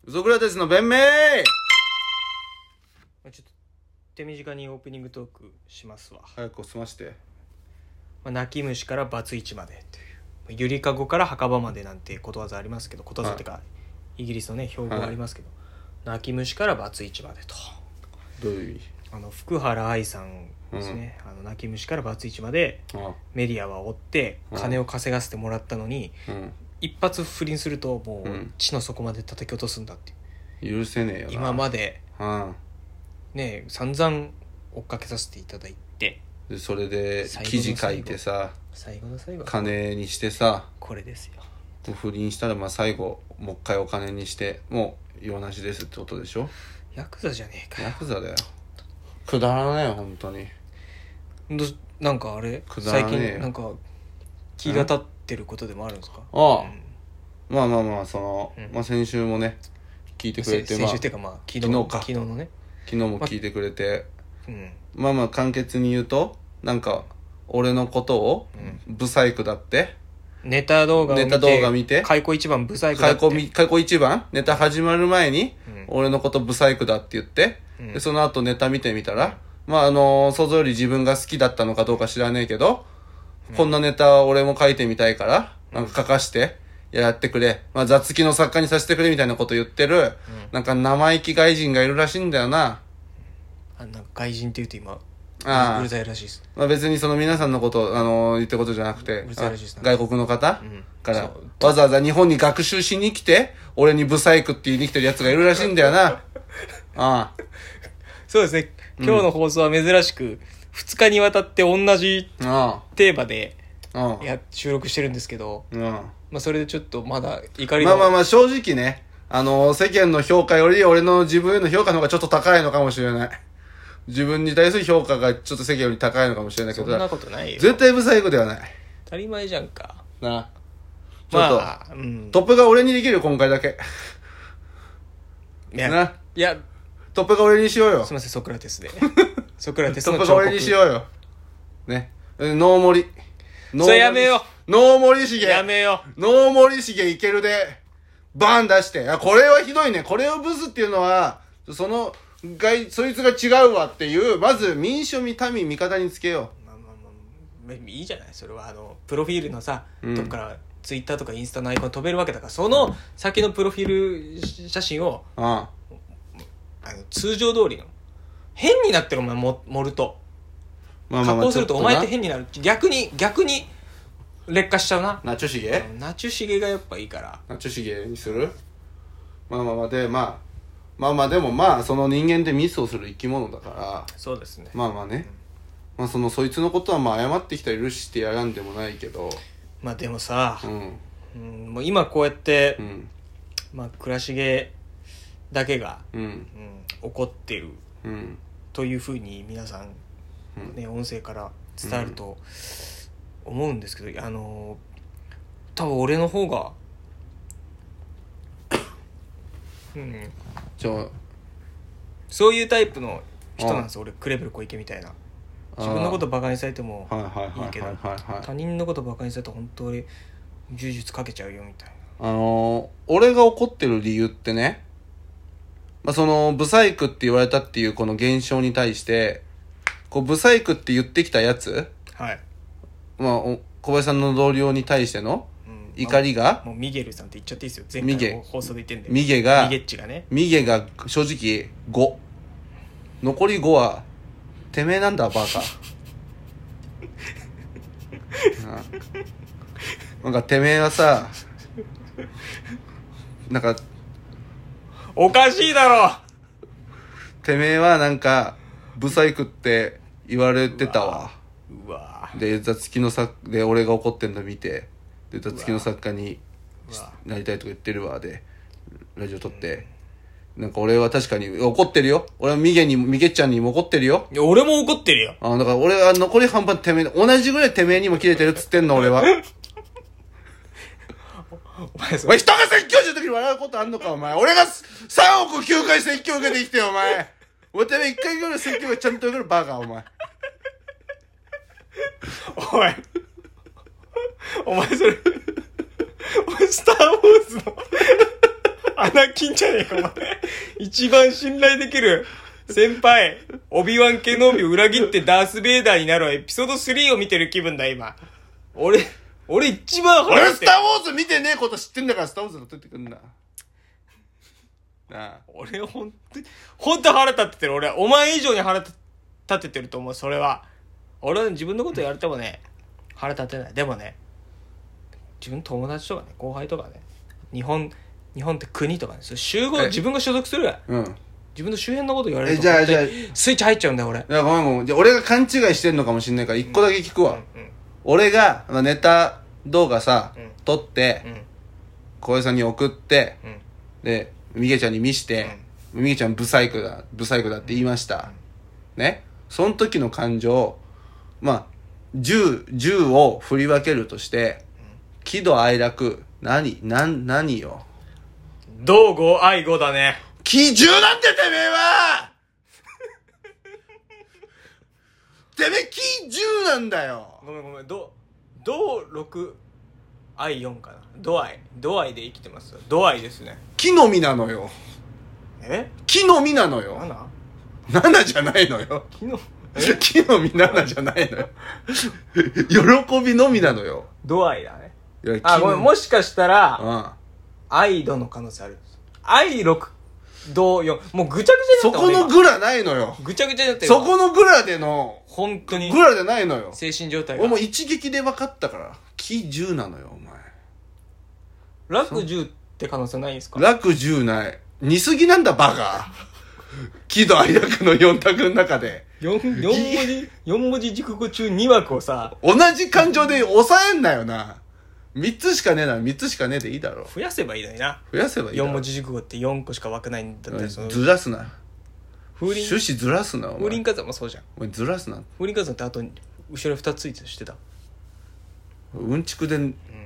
ソクラテスの弁明。 ちょっと手短にオープニングトークしますわ。 早く済まして。 泣き虫からバツイチまでという、ゆりかごから墓場までなんてことわざありますけど、ことわざってかイギリスのね標語ありますけど、泣き虫からバツイチまでと。 どういう意味？ 福原愛さんですね、泣き虫からバツイチまでメディアは追って金を稼がせてもらったのに、一発不倫するともう地の底まで叩き落とすんだっていう、 許せねえよな。 今までね散々追っかけさせていただいて、 でそれで記事書いてさ、 最後の最後金にしてさ、 これですよ。 不倫したらまあ最後もう一回お金にしてもう用なしですってことでしょ。 ヤクザじゃねえかよ。 ヤクザだよ。くだらねえよ本当に。 なんかあれ最近なんか気が立ってることでもあるんですか？ まあまあ先週もね聞いてくれて、 先週っていうかまあ昨日のね、 昨日も聞いてくれて、まあ簡潔に言うとなんか俺のことをブサイクだって、 ネタ動画を見て開口一番ブサイクだって、 開口一番ネタ始まる前に俺のことブサイクだって言って、でその後ネタ見てみたら、まあ想像より自分が好きだったのかどうか知らねえけど、こんなネタ俺も書いてみたいからなんか書かしてやってくれ、まあ雑記の作家にさせてくれみたいなこと言ってる、なんか生意気外人がいるらしいんだよな。 なんか外人って言うと今うるさいらしいです。 まあ別にその皆さんのこと言ってことじゃなくて、外国の方からわざわざ日本に学習しに来て俺にブサイクって言いに来てるやつがいるらしいんだよな。 そうですね。今日の放送は珍しく2日にわたって同じテーマで収録してるんですけど、まあそれでちょっとまだ怒りがまあ正直ね、世間の評価より俺の自分への評価の方がちょっと高いのかもしれない。自分に対する評価がちょっと世間より高いのかもしれないけど、 そんなことないよ。 絶対ブサイクではない。 当たり前じゃんか。 な。ちょっと、トップが俺にできるよ今回だけ。 いやトップが俺にしようよ。 すみません、ソクラテスで。ソクラテストップが俺にしようよ。ね。ノーモリ。 それやめよう。ノーモリしげ。 やめよノーモリしげいけるで、バーン出して。これはひどいね。これをブスっていうのは、そいつが違うわっていう、まず民主民味方につけよう。いいじゃない。それはプロフィールのさ、とこからツイッターとかインスタのアイコン飛べるわけだから、その先のプロフィール写真を、通常通りの変になってるお前盛ると、加工するとお前って変になる。逆に劣化しちゃうな。 ナチュシゲナチュシゲがやっぱいいから、 ナチュシゲにする。まあでもまあその人間ってミスをする生き物だから、 そうですね。 まあね、まあそいつのことはまあ謝ってきたり許してやらんでもないけど、 まあでもさ、もう今こうやって、まあ倉重だけが、怒ってる、というふうに皆さん、ね、音声から伝わると思うんですけど、多分俺の方がそういうタイプの人なんですよ。俺クレベル小池みたいな、自分のことバカにされてもいいけど、他人のことバカにされたら本当に柔術かけちゃうよみたいな。 俺が怒ってる理由ってね、まあ、そのブサイクって言われたっていうこの現象に対して、こうブサイクって言ってきたやつ、まあ小林さんの同僚に対しての怒りが、 もうミゲルさんって言っちゃっていいですよ。前回の放送で言ってんで、 ミゲッチがね、ミゲが正直5、残り5はてめえなんだバカ。なんかてめえはさ、なんかおかしいだろ。 てめえはなんかブサイクって言われてたわ。で雑記ので俺が怒ってんの見て、で雑記の作家になりたいとか言ってるわでラジオ撮って、なんか俺は確かに怒ってるよ。俺はミゲッちゃんにも怒ってるよ。 いや俺も怒ってるよ。 だから俺は残り半分てめえ同じぐらいてめえにも切れてるっつってんの俺は。お前人が説教した時に笑うことあんのかお前。俺が3億9回説教受けてきてよお前。おてめえ1回ぐらい説教がちゃんと受けるバカお前。 お前それお前スター・ウォーズのアナキンじゃねえかお前。一番信頼できる先輩、オビワン系の帯を裏切ってダース・ベイダーになるエピソード3を見てる気分だ今。俺一番俺スターウォーズ見てねえこと知ってんだからスターウォーズの取ってくんな。なあ。 俺ほんと腹立っててる。俺お前以上に腹立ててると思う。それは俺は自分のことやれてもね腹立てない。でもね、自分の友達とかね後輩とかね、日本って国とかね、それ集合自分が所属する、自分の周辺のこと言われるとじゃあスイッチ入っちゃうんだよ俺。 いやごめんじゃあ俺が勘違いしてんのかもしんないから一個だけ聞くわ、俺がネタ動画さ、撮って、小江さんに送って、でみげちゃんに見して、みげちゃんブサイクだって言いました、ね。その時の感情、まあ10を振り分けるとして、喜怒哀楽何よ。 道5愛5だね。 喜10なんててめえはてめえ喜10なんだよ。 ごめん道6愛4かな。ド愛で生きてます。ド愛ですね。 木の実なのよ。木の実なのよ。7じゃないのよ。木の実7じゃないのよ。喜びのみなのよ。 ド愛だね。ごめん、もしかしたら愛度の可能性ある。愛6度4、もうぐちゃぐちゃになった。 そこのグラないのよ。 ぐちゃぐちゃになってる。 そこのグラでの本当にグラじゃないのよ。 精神状態が俺もう一撃で分かったから。喜10なのよお前。 楽10って可能性ないんですか？ 楽10ない。似すぎなんだバカ。喜怒哀楽の4択の中で 4文字熟語中2枠をさ、 同じ感情で抑えんなよな。3つしかねえなら3つしかねえでいいだろ。 増やせばいいのにな。 増やせばいいだろ。 4文字熟語って4個しか枠ないんだったら、 ずらすな。 趣旨ずらすな。 風林火山もそうじゃん。 お前ずらすな。 風林火山ってあと後ろ2つついてしてた。 うんちくで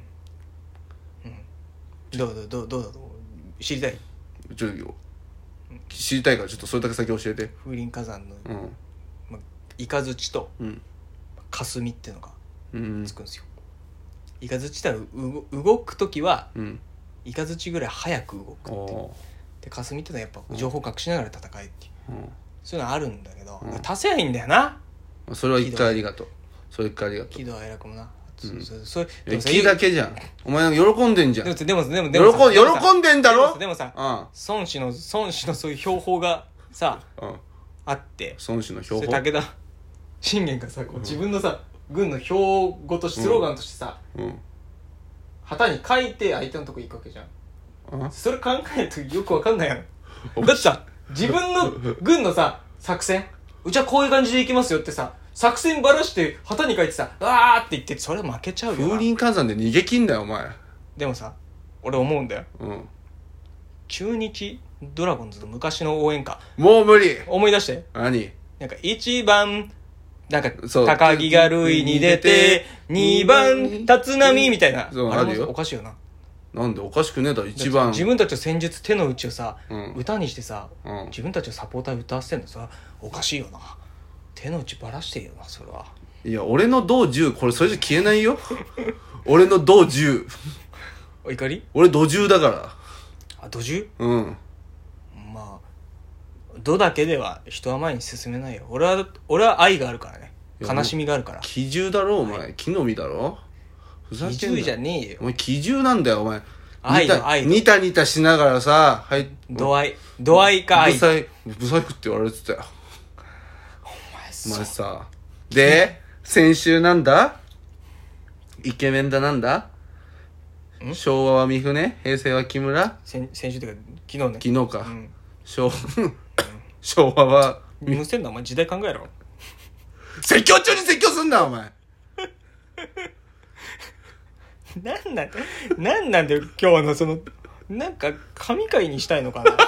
どうだと思う？知りたい？ 知りたいからちょっとそれだけ先教えて。 風林火山の、イカズチと霞っていうのがつくんですよ。イカズチって動くときは、イカズチぐらい早く動くっていう。で霞ってのはやっぱ情報隠しながら戦えっていう、そういうのあるんだけど、足せばいいんだよな。 それは一回ありがとう。それ一回ありがとう。 喜怒哀楽もな。 気だけじゃん。お前なんか喜んでんじゃん。 でも喜んでんだろ。 でもさ、孫子のそういう標法がさ、あって、 孫子の標法。 武田信玄がさ、自分のさ軍の標語とスローガンとしてさ、旗に書いて相手のとこ行くわけじゃん。それ考えるとよくわかんないやん。だってさ、自分の軍のさ作戦、うちはこういう感じで行きますよってさ、作戦ばらして旗に書いてさ、わーって言って、それ負けちゃうよな。 風林火山で逃げ切んだよお前。 でもさ、俺思うんだよ、中日ドラゴンズの昔の応援歌、 もう無理。 思い出して。 何？ なんか1番なんか高木が塁に出て、2番立浪みたいな。 そうあるよ。 おかしいよな。 なんでおかしくねえだろ。1番自分たちの戦術手の内をさ、歌にしてさ、自分たちのサポーター歌わせてんのさ、おかしいよな。手の内ばらしていいよなそれは。 いや俺の銅10、これそれじゃ消えないよ。俺の銅10。 お怒り？ 俺土10だから。 あ、土10？まあ土だけでは人は前に進めないよ。俺は愛があるからね。悲しみがあるから。 喜10だろお前。木の実だろ。ふざけんな。 喜10じゃねえよ。 お前喜10なんだよお前。 愛の愛のニタニタしながらさ、はい。 度合いか愛。 ブサイクって言われてたよ。お前さ。で、先週なんだ？イケメンだなんだ？昭和は三船、平成は木村？ 先週っていうか昨日ね。 昨日か。昭和はむせんなお前、時代考えろ。 説教中に説教すんなお前。 なんなんだよ今日のその、なんか神回にしたいのかな。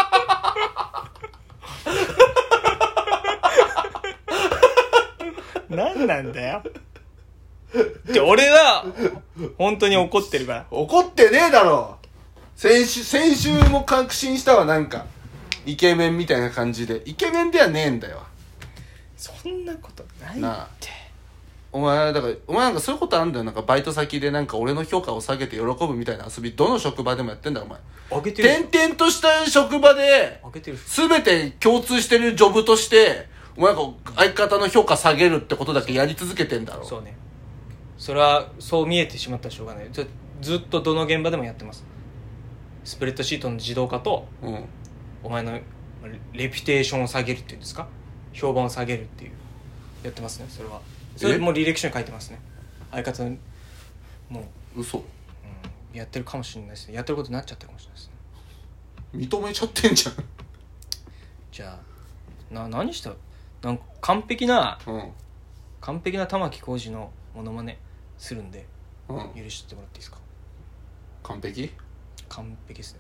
なんなんだよ。俺は本当に怒ってるから。 怒ってねえだろ。先週も確信したわ。なんかイケメンみたいな感じで。イケメンではねえんだよ。 そんなことないって。 お前なんかそういうことあんだよ。なんかバイト先でなんか俺の評価を下げて喜ぶみたいな遊び、どの職場でもやってんだよお前。 上げてるでしょ転々とした職場で上げてるでし全て共通してるジョブとしてお前なんか相方の評価下げるってことだけやり続けてんだろ。 そうね。それはそう見えてしまったらしょうがない。ずっとどの現場でもやってます。スプレッドシートの自動化と、お前のレピュテーションを下げるっていうんですか、評判を下げるっていうやってますね。それもう履歴書に書いてますね。相方のもう嘘、 やってるかもしれないですね。やってることになっちゃってるかもしれないですね。 認めちゃってんじゃん。 じゃあ何したなんか完璧な玉置浩二のモノマネするんで、許してもらっていいですか。 完璧ですね。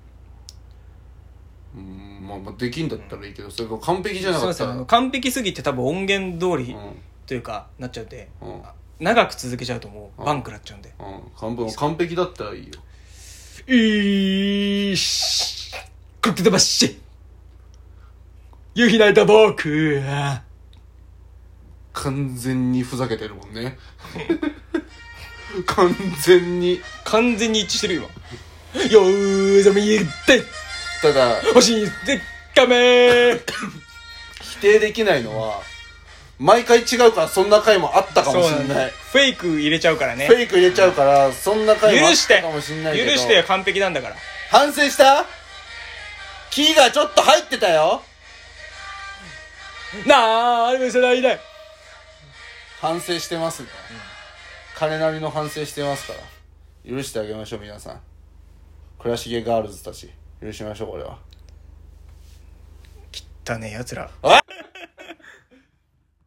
まあできんだったらいいけど、それが完璧じゃなかったら、 完璧すぎて多分音源通りというかなっちゃうんで、長く続けちゃうともうバン食らっちゃうんで、 完璧だったらいいよ。 こけてばっし夕日泣いた僕は完全にふざけてるもんね。完全に一致してる今。よーざめ言ってただ欲しいでかめ否定できないのは毎回違うから、そんな回もあったかもしれない。 フェイク入れちゃうからね。 フェイク入れちゃうからそんな回もあったかもしれないけど、 許して完璧なんだから。 反省した？キーがちょっと入ってたよ。 あれもせないで反省してますね、彼なりの反省してますから、許してあげましょう皆さん。倉重ガールズたち許しましょう。これは汚ねえやつら。 おい